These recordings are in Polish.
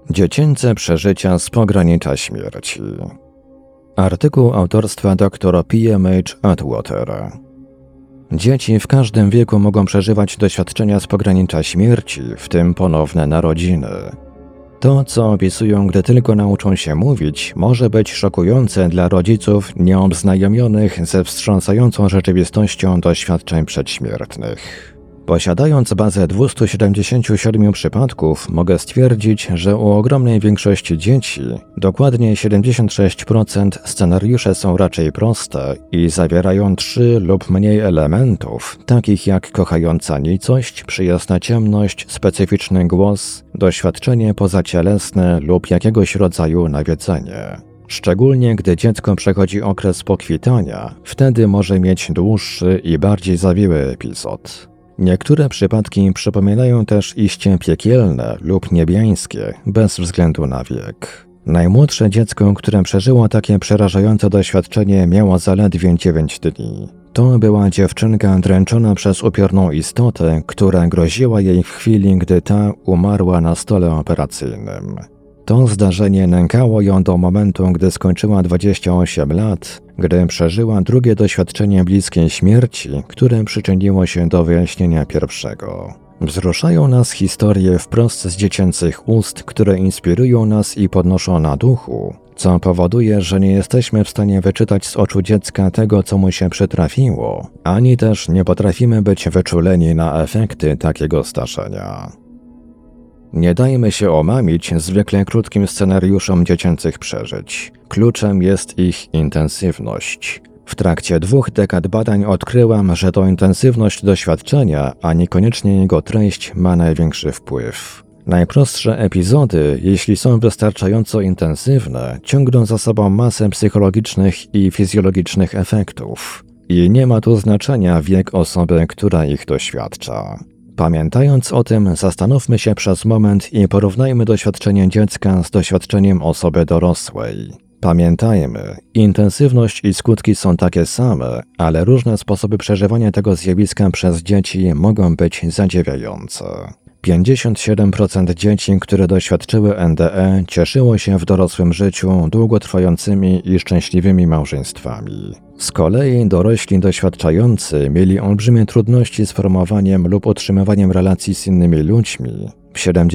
Dziecięce przeżycia z pogranicza śmierci. Artykuł autorstwa dr PMH Atwater. Dzieci w każdym wieku mogą przeżywać doświadczenia z pogranicza śmierci, w tym ponowne narodziny. To, co opisują, gdy tylko nauczą się mówić, może być szokujące dla rodziców nieobznajomionych ze wstrząsającą rzeczywistością doświadczeń przedśmiertnych. Posiadając bazę 277 przypadków, mogę stwierdzić, że u ogromnej większości dzieci, dokładnie 76%, scenariusze są raczej proste i zawierają 3 lub mniej elementów, takich jak kochająca nicość, przyjazna ciemność, specyficzny głos, doświadczenie pozacielesne lub jakiegoś rodzaju nawiedzenie. Szczególnie gdy dziecko przechodzi okres pokwitania, wtedy może mieć dłuższy i bardziej zawiły epizod. Niektóre przypadki przypominają też iście piekielne lub niebiańskie, bez względu na wiek. Najmłodsze dziecko, które przeżyło takie przerażające doświadczenie, miało zaledwie 9 dni. To była dziewczynka dręczona przez upiorną istotę, która groziła jej w chwili, gdy ta umarła na stole operacyjnym. To zdarzenie nękało ją do momentu, gdy skończyła 28 lat, gdy przeżyła drugie doświadczenie bliskiej śmierci, które przyczyniło się do wyjaśnienia pierwszego. Wzruszają nas historie wprost z dziecięcych ust, które inspirują nas i podnoszą na duchu, co powoduje, że nie jesteśmy w stanie wyczytać z oczu dziecka tego, co mu się przytrafiło, ani też nie potrafimy być wyczuleni na efekty takiego zdarzenia. Nie dajmy się omamić zwykle krótkim scenariuszom dziecięcych przeżyć. Kluczem jest ich intensywność. W trakcie 2 dekad badań odkryłam, że to intensywność doświadczenia, a niekoniecznie jego treść, ma największy wpływ. Najprostsze epizody, jeśli są wystarczająco intensywne, ciągną za sobą masę psychologicznych i fizjologicznych efektów. I nie ma tu znaczenia wiek osoby, która ich doświadcza. Pamiętając o tym, zastanówmy się przez moment i porównajmy doświadczenie dziecka z doświadczeniem osoby dorosłej. Pamiętajmy, intensywność i skutki są takie same, ale różne sposoby przeżywania tego zjawiska przez dzieci mogą być zadziwiające. 57% dzieci, które doświadczyły NDE, cieszyło się w dorosłym życiu długotrwającymi i szczęśliwymi małżeństwami. Z kolei dorośli doświadczający mieli olbrzymie trudności z formowaniem lub utrzymywaniem relacji z innymi ludźmi. W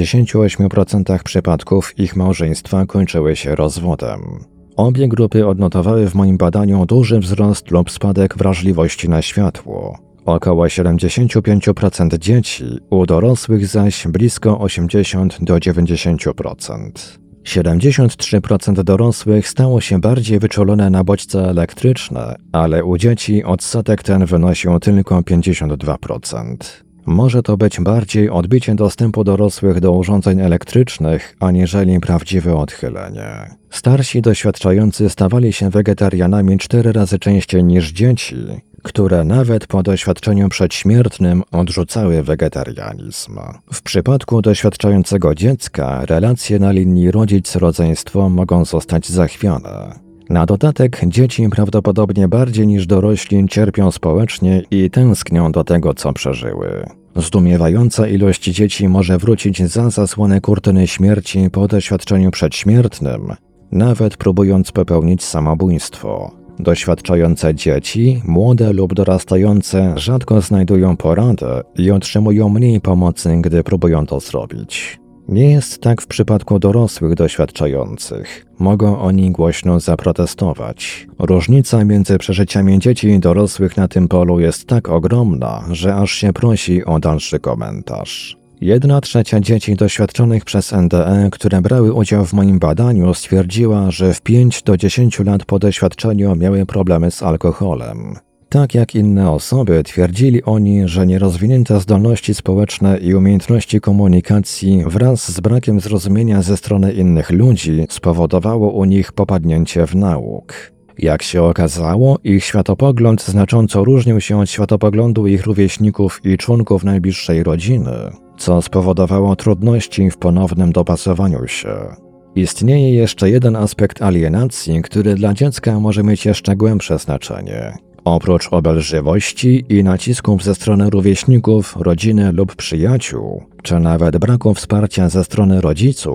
78% przypadków ich małżeństwa kończyły się rozwodem. Obie grupy odnotowały w moim badaniu duży wzrost lub spadek wrażliwości na światło. Około 75% dzieci, u dorosłych zaś blisko 80 do 90%. 73% dorosłych stało się bardziej wyczulone na bodźce elektryczne, ale u dzieci odsetek ten wynosił tylko 52%. Może to być bardziej odbicie dostępu dorosłych do urządzeń elektrycznych, aniżeli prawdziwe odchylenie. Starsi doświadczający stawali się wegetarianami 4 razy częściej niż dzieci, które nawet po doświadczeniu przedśmiertnym odrzucały wegetarianizm. W przypadku doświadczającego dziecka relacje na linii rodzic-rodzeństwo mogą zostać zachwiane. Na dodatek dzieci prawdopodobnie bardziej niż dorośli cierpią społecznie i tęsknią do tego, co przeżyły. Zdumiewająca ilość dzieci może wrócić za zasłonę kurtyny śmierci po doświadczeniu przedśmiertnym, nawet próbując popełnić samobójstwo. Doświadczające dzieci, młode lub dorastające, rzadko znajdują poradę i otrzymują mniej pomocy, gdy próbują to zrobić. Nie jest tak w przypadku dorosłych doświadczających. Mogą oni głośno zaprotestować. Różnica między przeżyciami dzieci i dorosłych na tym polu jest tak ogromna, że aż się prosi o dalszy komentarz. 1/3 dzieci doświadczonych przez NDE, które brały udział w moim badaniu, stwierdziła, że w 5 do 10 lat po doświadczeniu miały problemy z alkoholem. Tak jak inne osoby, twierdzili oni, że nierozwinięte zdolności społeczne i umiejętności komunikacji wraz z brakiem zrozumienia ze strony innych ludzi spowodowało u nich popadnięcie w nauk. Jak się okazało, ich światopogląd znacząco różnił się od światopoglądu ich rówieśników i członków najbliższej rodziny, co spowodowało trudności w ponownym dopasowaniu się. Istnieje jeszcze jeden aspekt alienacji, który dla dziecka może mieć jeszcze głębsze znaczenie. Oprócz obelżywości i nacisków ze strony rówieśników, rodziny lub przyjaciół, czy nawet braku wsparcia ze strony rodziców,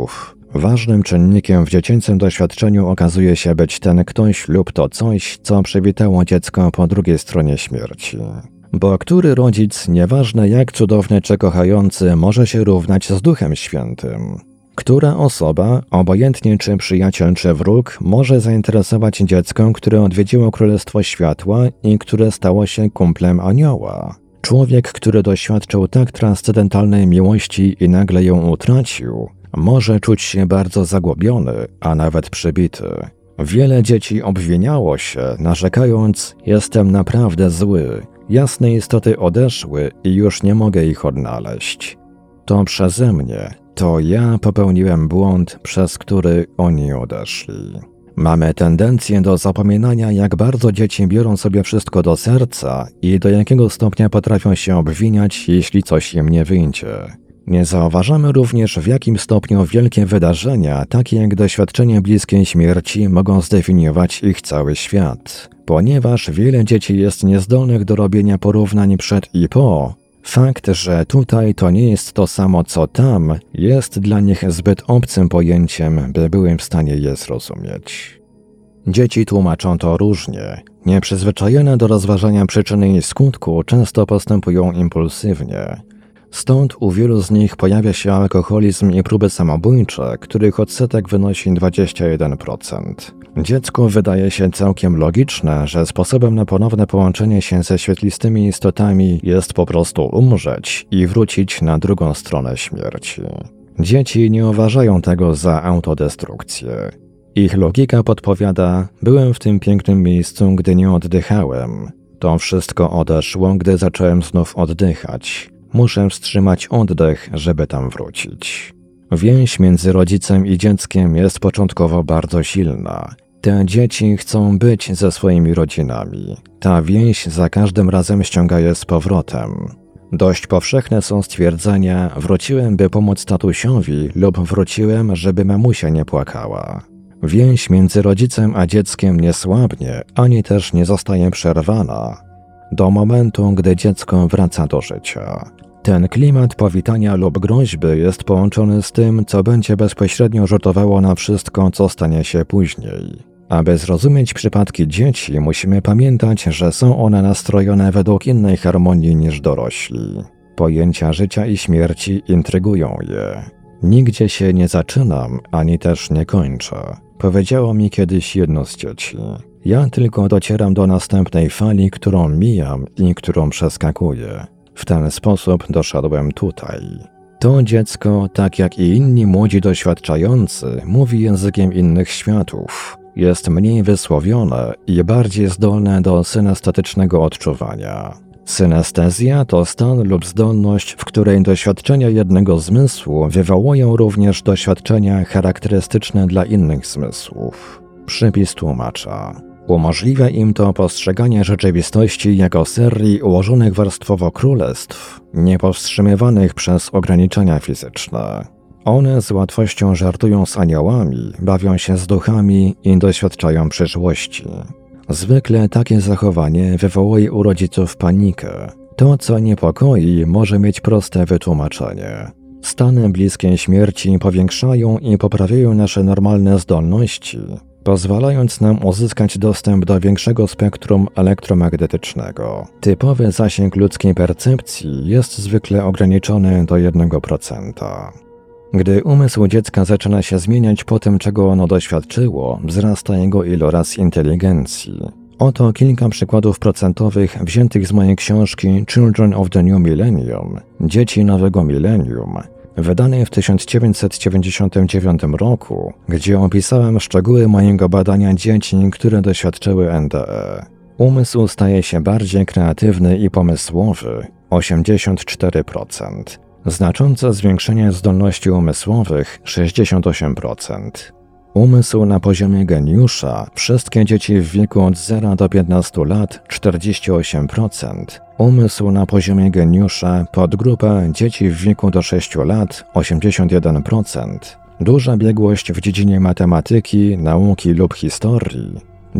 Ważnym czynnikiem w dziecięcym doświadczeniu okazuje się być ten ktoś lub to coś, co przywitało dziecko po drugiej stronie śmierci. Bo który rodzic, nieważne jak cudowny czy kochający, może się równać z Duchem Świętym? Która osoba, obojętnie czy przyjaciel czy wróg, może zainteresować dziecko, które odwiedziło Królestwo Światła i które stało się kumplem anioła? Człowiek, który doświadczył tak transcendentalnej miłości i nagle ją utracił, może czuć się bardzo zagubiony, a nawet przybity. Wiele dzieci obwiniało się, narzekając: jestem naprawdę zły, jasne istoty odeszły i już nie mogę ich odnaleźć. To przeze mnie, to ja popełniłem błąd, przez który oni odeszli. Mamy tendencję do zapominania, jak bardzo dzieci biorą sobie wszystko do serca i do jakiego stopnia potrafią się obwiniać, jeśli coś im nie wyjdzie. Nie zauważamy również, w jakim stopniu wielkie wydarzenia, takie jak doświadczenie bliskiej śmierci, mogą zdefiniować ich cały świat. Ponieważ wiele dzieci jest niezdolnych do robienia porównań przed i po, fakt, że tutaj to nie jest to samo co tam, jest dla nich zbyt obcym pojęciem, by były w stanie je zrozumieć. Dzieci tłumaczą to różnie. Nieprzyzwyczajone do rozważania przyczyny i skutku często postępują impulsywnie. Stąd u wielu z nich pojawia się alkoholizm i próby samobójcze, których odsetek wynosi 21%. Dziecku wydaje się całkiem logiczne, że sposobem na ponowne połączenie się ze świetlistymi istotami jest po prostu umrzeć i wrócić na drugą stronę śmierci. Dzieci nie uważają tego za autodestrukcję. Ich logika podpowiada: byłem w tym pięknym miejscu, gdy nie oddychałem. To wszystko odeszło, gdy zacząłem znów oddychać. Muszę wstrzymać oddech, żeby tam wrócić. Więź między rodzicem i dzieckiem jest początkowo bardzo silna. Te dzieci chcą być ze swoimi rodzinami. Ta więź za każdym razem ściąga je z powrotem. Dość powszechne są stwierdzenia: wróciłem, by pomóc tatusiowi, lub wróciłem, żeby mamusia nie płakała. Więź między rodzicem a dzieckiem nie słabnie, ani też nie zostaje przerwana do momentu, gdy dziecko wraca do życia. Ten klimat powitania lub groźby jest połączony z tym, co będzie bezpośrednio rzutowało na wszystko, co stanie się później. Aby zrozumieć przypadki dzieci, musimy pamiętać, że są one nastrojone według innej harmonii niż dorośli. Pojęcia życia i śmierci intrygują je. Nigdzie się nie zaczynam, ani też nie kończę, powiedziało mi kiedyś jedno z dzieci. Ja tylko docieram do następnej fali, którą mijam i którą przeskakuję. W ten sposób doszedłem tutaj. To dziecko, tak jak i inni młodzi doświadczający, mówi językiem innych światów. Jest mniej wysłowione i bardziej zdolne do synestetycznego odczuwania. Synestezja to stan lub zdolność, w której doświadczenia jednego zmysłu wywołują również doświadczenia charakterystyczne dla innych zmysłów. Przypis tłumacza. Umożliwia im to postrzeganie rzeczywistości jako serii ułożonych warstwowo królestw, niepowstrzymywanych przez ograniczenia fizyczne. One z łatwością żartują z aniołami, bawią się z duchami i doświadczają przyszłości. Zwykle takie zachowanie wywołuje u rodziców panikę. To, co niepokoi, może mieć proste wytłumaczenie. Stany bliskie śmierci powiększają i poprawiają nasze normalne zdolności, pozwalając nam uzyskać dostęp do większego spektrum elektromagnetycznego. Typowy zasięg ludzkiej percepcji jest zwykle ograniczony do 1%. Gdy umysł dziecka zaczyna się zmieniać po tym, czego ono doświadczyło, wzrasta jego iloraz inteligencji. Oto kilka przykładów procentowych wziętych z mojej książki Children of the New Millennium – Dzieci Nowego Millennium, wydanej w 1999 roku, gdzie opisałem szczegóły mojego badania dzieci, które doświadczyły NDE. Umysł staje się bardziej kreatywny i pomysłowy – 84%. Znaczące zwiększenie zdolności umysłowych – 68%. Umysł na poziomie geniusza – wszystkie dzieci w wieku od 0 do 15 lat – 48%. Umysł na poziomie geniusza – podgrupa dzieci w wieku do 6 lat – 81%. Duża biegłość w dziedzinie matematyki, nauki lub historii –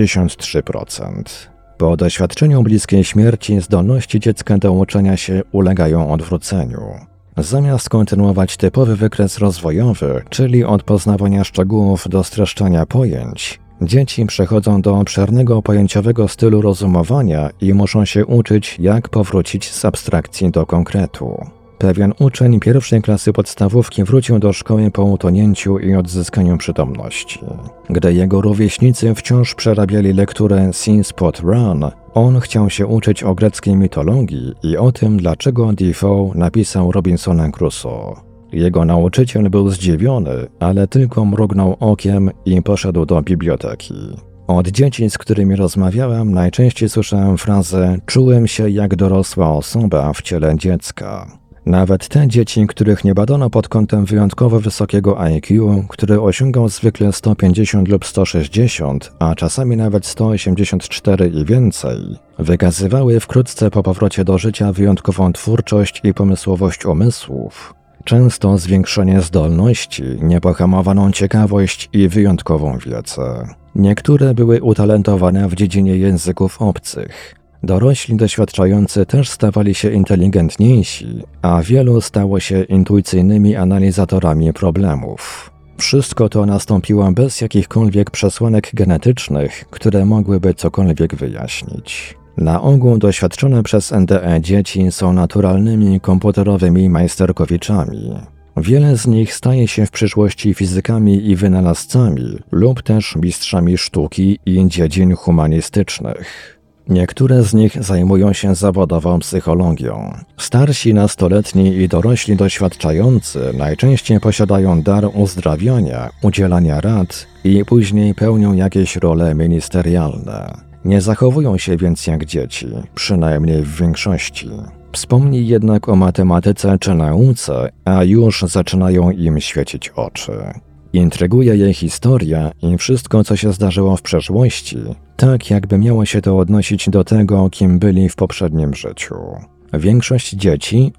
93%. Po doświadczeniu bliskiej śmierci zdolności dziecka do uczenia się ulegają odwróceniu. Zamiast kontynuować typowy wykres rozwojowy, czyli od poznawania szczegółów do streszczania pojęć, dzieci przechodzą do obszernego pojęciowego stylu rozumowania i muszą się uczyć, jak powrócić z abstrakcji do konkretu. Pewien uczeń pierwszej klasy podstawówki wrócił do szkoły po utonięciu i odzyskaniu przytomności. Gdy jego rówieśnicy wciąż przerabiali lekturę See Spot Run, on chciał się uczyć o greckiej mitologii i o tym, dlaczego Defoe napisał Robinsona Crusoe. Jego nauczyciel był zdziwiony, ale tylko mrugnął okiem i poszedł do biblioteki. Od dzieci, z którymi rozmawiałem, najczęściej słyszałem frazę „czułem się jak dorosła osoba w ciele dziecka”. Nawet te dzieci, których nie badano pod kątem wyjątkowo wysokiego IQ, który osiągał zwykle 150 lub 160, a czasami nawet 184 i więcej, wykazywały wkrótce po powrocie do życia wyjątkową twórczość i pomysłowość umysłów, często zwiększenie zdolności, niepohamowaną ciekawość i wyjątkową wiedzę. Niektóre były utalentowane w dziedzinie języków obcych. Dorośli doświadczający też stawali się inteligentniejsi, a wielu stało się intuicyjnymi analizatorami problemów. Wszystko to nastąpiło bez jakichkolwiek przesłanek genetycznych, które mogłyby cokolwiek wyjaśnić. Na ogół doświadczone przez NDE dzieci są naturalnymi komputerowymi majsterkowiczami. Wiele z nich staje się w przyszłości fizykami i wynalazcami lub też mistrzami sztuki i dziedzin humanistycznych. Niektóre z nich zajmują się zawodową psychologią. Starsi nastoletni i dorośli doświadczający najczęściej posiadają dar uzdrawiania, udzielania rad i później pełnią jakieś role ministerialne. Nie zachowują się więc jak dzieci, przynajmniej w większości. Wspomnij jednak o matematyce czy nauce, a już zaczynają im świecić oczy. Intryguje jej historia i wszystko, co się zdarzyło w przeszłości, tak jakby miało się to odnosić do tego, kim byli w poprzednim życiu. Większość dzieci,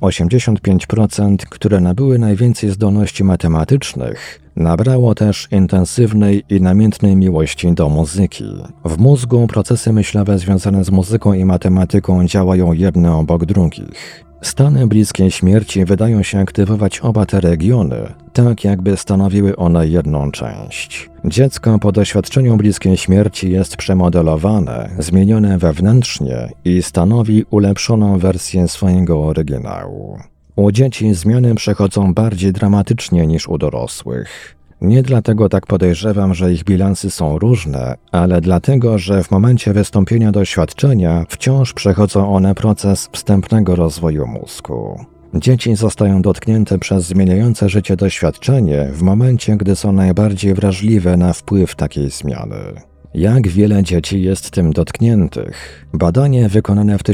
85%, które nabyły najwięcej zdolności matematycznych, nabrało też intensywnej i namiętnej miłości do muzyki. W mózgu procesy myślowe związane z muzyką i matematyką działają jedne obok drugich. Stany bliskiej śmierci wydają się aktywować oba te regiony, tak jakby stanowiły one jedną część. Dziecko po doświadczeniu bliskiej śmierci jest przemodelowane, zmienione wewnętrznie i stanowi ulepszoną wersję swojego oryginału. U dzieci zmiany przechodzą bardziej dramatycznie niż u dorosłych. Nie dlatego tak podejrzewam, że ich bilansy są różne, ale dlatego, że w momencie wystąpienia doświadczenia wciąż przechodzą one proces wstępnego rozwoju mózgu. Dzieci zostają dotknięte przez zmieniające życie doświadczenie w momencie, gdy są najbardziej wrażliwe na wpływ takiej zmiany. Jak wiele dzieci jest tym dotkniętych? Badanie wykonane w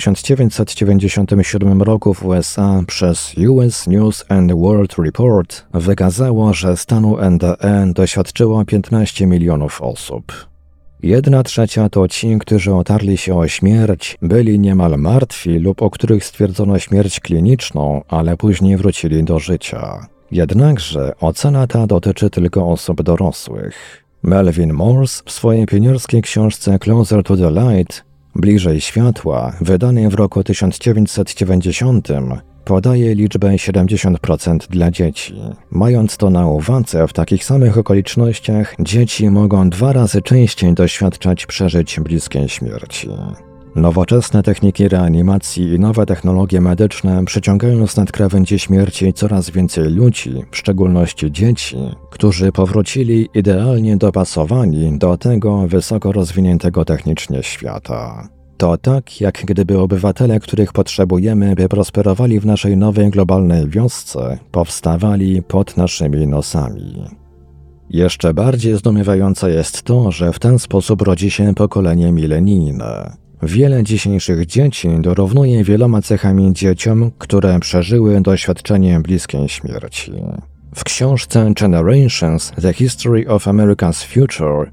1997 roku w USA przez US News and World Report wykazało, że stanu NDE doświadczyło 15 milionów osób. 1/3 to ci, którzy otarli się o śmierć, byli niemal martwi lub o których stwierdzono śmierć kliniczną, ale później wrócili do życia. Jednakże ocena ta dotyczy tylko osób dorosłych. Melvin Morse w swojej pionierskiej książce Closer to the Light, Bliżej światła, wydanej w roku 1990, podaje liczbę 70% dla dzieci. Mając to na uwadze, w takich samych okolicznościach dzieci mogą 2 razy częściej doświadczać przeżyć bliskiej śmierci. Nowoczesne techniki reanimacji i nowe technologie medyczne przyciągają z nad krawędzi śmierci coraz więcej ludzi, w szczególności dzieci, którzy powrócili idealnie dopasowani do tego wysoko rozwiniętego technicznie świata. To tak, jak gdyby obywatele, których potrzebujemy, by prosperowali w naszej nowej globalnej wiosce, powstawali pod naszymi nosami. Jeszcze bardziej zdumiewające jest to, że w ten sposób rodzi się pokolenie milenijne. Wiele dzisiejszych dzieci dorównuje wieloma cechami dzieciom, które przeżyły doświadczenie bliskiej śmierci. W książce Generations – The History of America's Future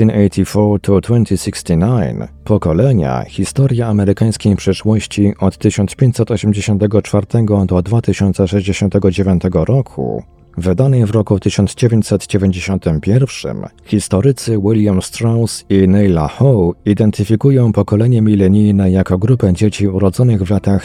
1584–2069 Pokolenia – Historia amerykańskiej przyszłości od 1584 do 2069 roku wydanej w roku 1991, historycy William Strauss i Neil Howe identyfikują pokolenie milenijne jako grupę dzieci urodzonych w latach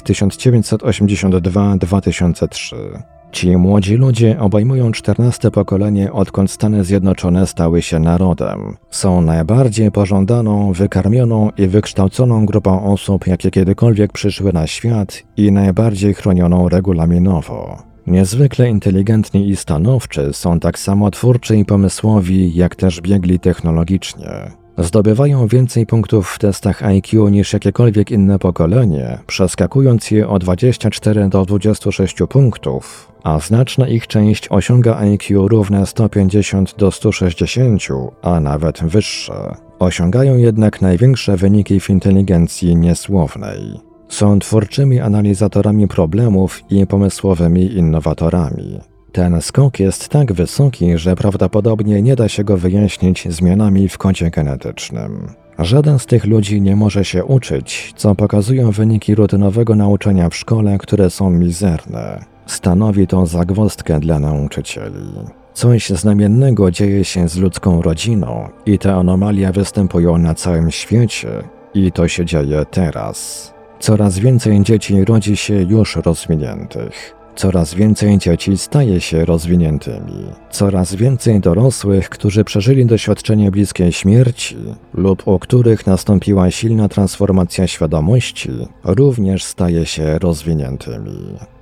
1982-2003. Ci młodzi ludzie obejmują 14. pokolenie, odkąd Stany Zjednoczone stały się narodem. Są najbardziej pożądaną, wykarmioną i wykształconą grupą osób, jakie kiedykolwiek przyszły na świat i najbardziej chronioną regulaminowo. Niezwykle inteligentni i stanowczy, są tak samo twórczy i pomysłowi, jak też biegli technologicznie. Zdobywają więcej punktów w testach IQ niż jakiekolwiek inne pokolenie, przeskakując je o 24 do 26 punktów, a znaczna ich część osiąga IQ równe 150 do 160, a nawet wyższe. Osiągają jednak największe wyniki w inteligencji niesłownej. Są twórczymi analizatorami problemów i pomysłowymi innowatorami. Ten skok jest tak wysoki, że prawdopodobnie nie da się go wyjaśnić zmianami w kodzie genetycznym. Żaden z tych ludzi nie może się uczyć, co pokazują wyniki rutynowego nauczania w szkole, które są mizerne. Stanowi to zagwozdkę dla nauczycieli. Coś znamiennego dzieje się z ludzką rodziną i te anomalie występują na całym świecie i to się dzieje teraz. Coraz więcej dzieci rodzi się już rozwiniętych. Coraz więcej dzieci staje się rozwiniętymi. Coraz więcej dorosłych, którzy przeżyli doświadczenie bliskiej śmierci lub u których nastąpiła silna transformacja świadomości, również staje się rozwiniętymi.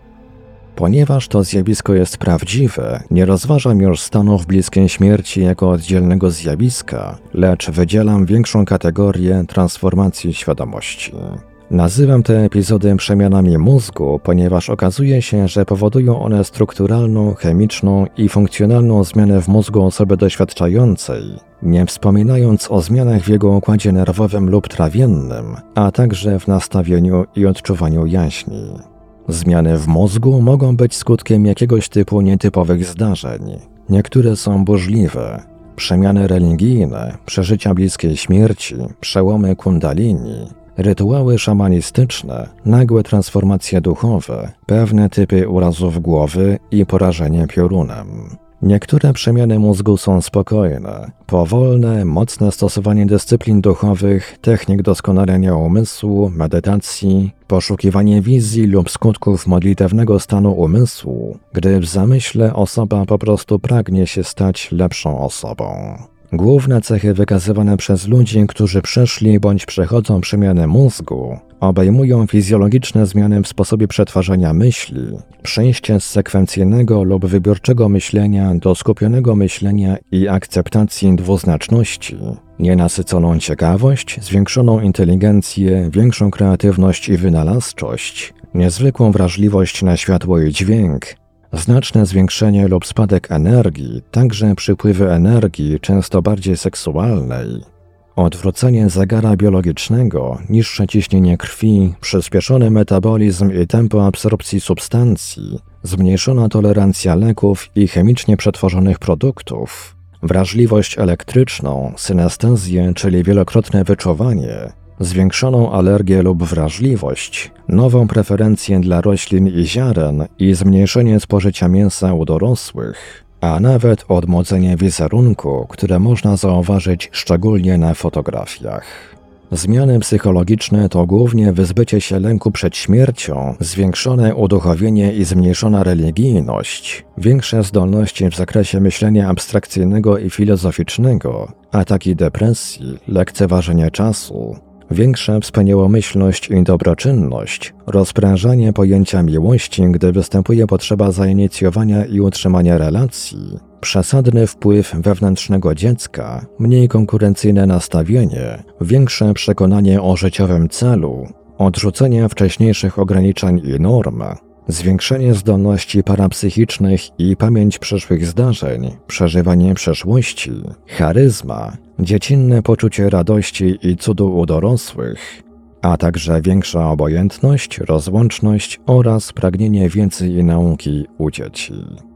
Ponieważ to zjawisko jest prawdziwe, nie rozważam już stanów bliskiej śmierci jako oddzielnego zjawiska, lecz wydzielam większą kategorię transformacji świadomości. Nazywam te epizody przemianami mózgu, ponieważ okazuje się, że powodują one strukturalną, chemiczną i funkcjonalną zmianę w mózgu osoby doświadczającej, nie wspominając o zmianach w jego układzie nerwowym lub trawiennym, a także w nastawieniu i odczuwaniu jaźni. Zmiany w mózgu mogą być skutkiem jakiegoś typu nietypowych zdarzeń. Niektóre są burzliwe. Przemiany religijne, przeżycia bliskiej śmierci, przełomy kundalini, rytuały szamanistyczne, nagłe transformacje duchowe, pewne typy urazów głowy i porażenie piorunem. Niektóre przemiany mózgu są spokojne, powolne, mocne stosowanie dyscyplin duchowych, technik doskonalenia umysłu, medytacji, poszukiwanie wizji lub skutków modlitewnego stanu umysłu, gdy w zamyśle osoba po prostu pragnie się stać lepszą osobą. Główne cechy wykazywane przez ludzi, którzy przeszli bądź przechodzą przemiany mózgu, obejmują fizjologiczne zmiany w sposobie przetwarzania myśli, przejście z sekwencyjnego lub wybiorczego myślenia do skupionego myślenia i akceptacji dwuznaczności, nienasyconą ciekawość, zwiększoną inteligencję, większą kreatywność i wynalazczość, niezwykłą wrażliwość na światło i dźwięk, znaczne zwiększenie lub spadek energii, także przypływy energii, często bardziej seksualnej, odwrócenie zegara biologicznego, niższe ciśnienie krwi, przyspieszony metabolizm i tempo absorpcji substancji, zmniejszona tolerancja leków i chemicznie przetworzonych produktów, wrażliwość elektryczną, synestezję, czyli wielokrotne wyczuwanie, zwiększoną alergię lub wrażliwość, nową preferencję dla roślin i ziaren i zmniejszenie spożycia mięsa u dorosłych, a nawet odmłodzenie wizerunku, które można zauważyć szczególnie na fotografiach. Zmiany psychologiczne to głównie wyzbycie się lęku przed śmiercią, zwiększone uduchowienie i zmniejszona religijność, większe zdolności w zakresie myślenia abstrakcyjnego i filozoficznego, ataki depresji, lekceważenie czasu, większa wspaniałomyślność i dobroczynność, rozprężanie pojęcia miłości, gdy występuje potrzeba zainicjowania i utrzymania relacji, przesadny wpływ wewnętrznego dziecka, mniej konkurencyjne nastawienie, większe przekonanie o życiowym celu, odrzucenie wcześniejszych ograniczeń i norm, zwiększenie zdolności parapsychicznych i pamięć przyszłych zdarzeń, przeżywanie przeszłości, charyzma, dziecinne poczucie radości i cudu u dorosłych, a także większa obojętność, rozłączność oraz pragnienie wiedzy i nauki u dzieci.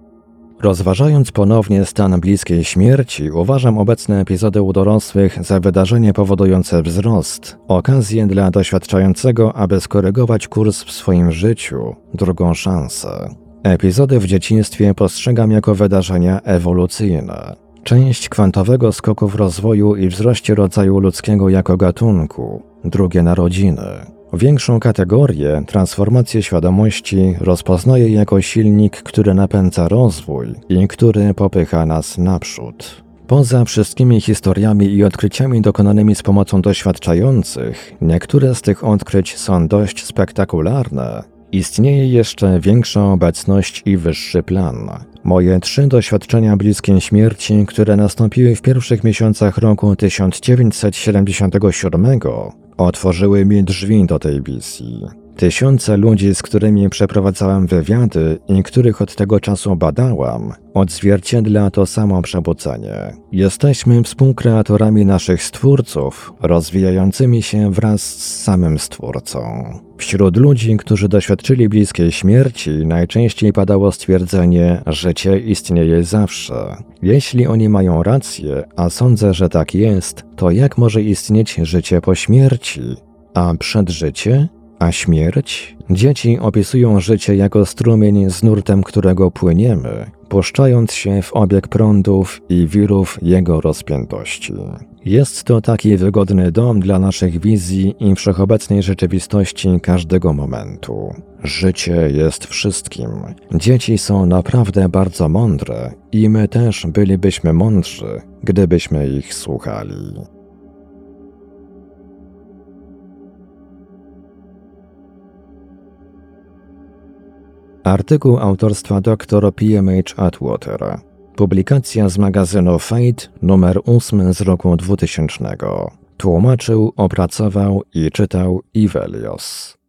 Rozważając ponownie stan bliskiej śmierci, uważam obecne epizody u dorosłych za wydarzenie powodujące wzrost, okazję dla doświadczającego, aby skorygować kurs w swoim życiu, drugą szansę. Epizody w dzieciństwie postrzegam jako wydarzenia ewolucyjne. Część kwantowego skoku w rozwoju i wzroście rodzaju ludzkiego jako gatunku, drugie narodziny. Większą kategorię, transformację świadomości, rozpoznaję jako silnik, który napędza rozwój i który popycha nas naprzód. Poza wszystkimi historiami i odkryciami dokonanymi z pomocą doświadczających, niektóre z tych odkryć są dość spektakularne. Istnieje jeszcze większa obecność i wyższy plan. Moje 3 doświadczenia bliskie śmierci, które nastąpiły w pierwszych miesiącach roku 1977, otworzyły mi drzwi do tej wizji. Tysiące ludzi, z którymi przeprowadzałem wywiady i których od tego czasu badałam, odzwierciedla to samo przebudzenie. Jesteśmy współkreatorami naszych stwórców, rozwijającymi się wraz z samym Stwórcą. Wśród ludzi, którzy doświadczyli bliskiej śmierci, najczęściej padało stwierdzenie, że życie istnieje zawsze. Jeśli oni mają rację, a sądzę, że tak jest, to jak może istnieć życie po śmierci? A przedżycie? A śmierć? Dzieci opisują życie jako strumień, z nurtem którego płyniemy, puszczając się w obieg prądów i wirów jego rozpiętości. Jest to taki wygodny dom dla naszych wizji i wszechobecnej rzeczywistości każdego momentu. Życie jest wszystkim. Dzieci są naprawdę bardzo mądre i my też bylibyśmy mądrzy, gdybyśmy ich słuchali. Artykuł autorstwa dr PMH Atwater. Publikacja z magazynu Fate, numer 8 z roku 2000. Tłumaczył, opracował i czytał Ivelios.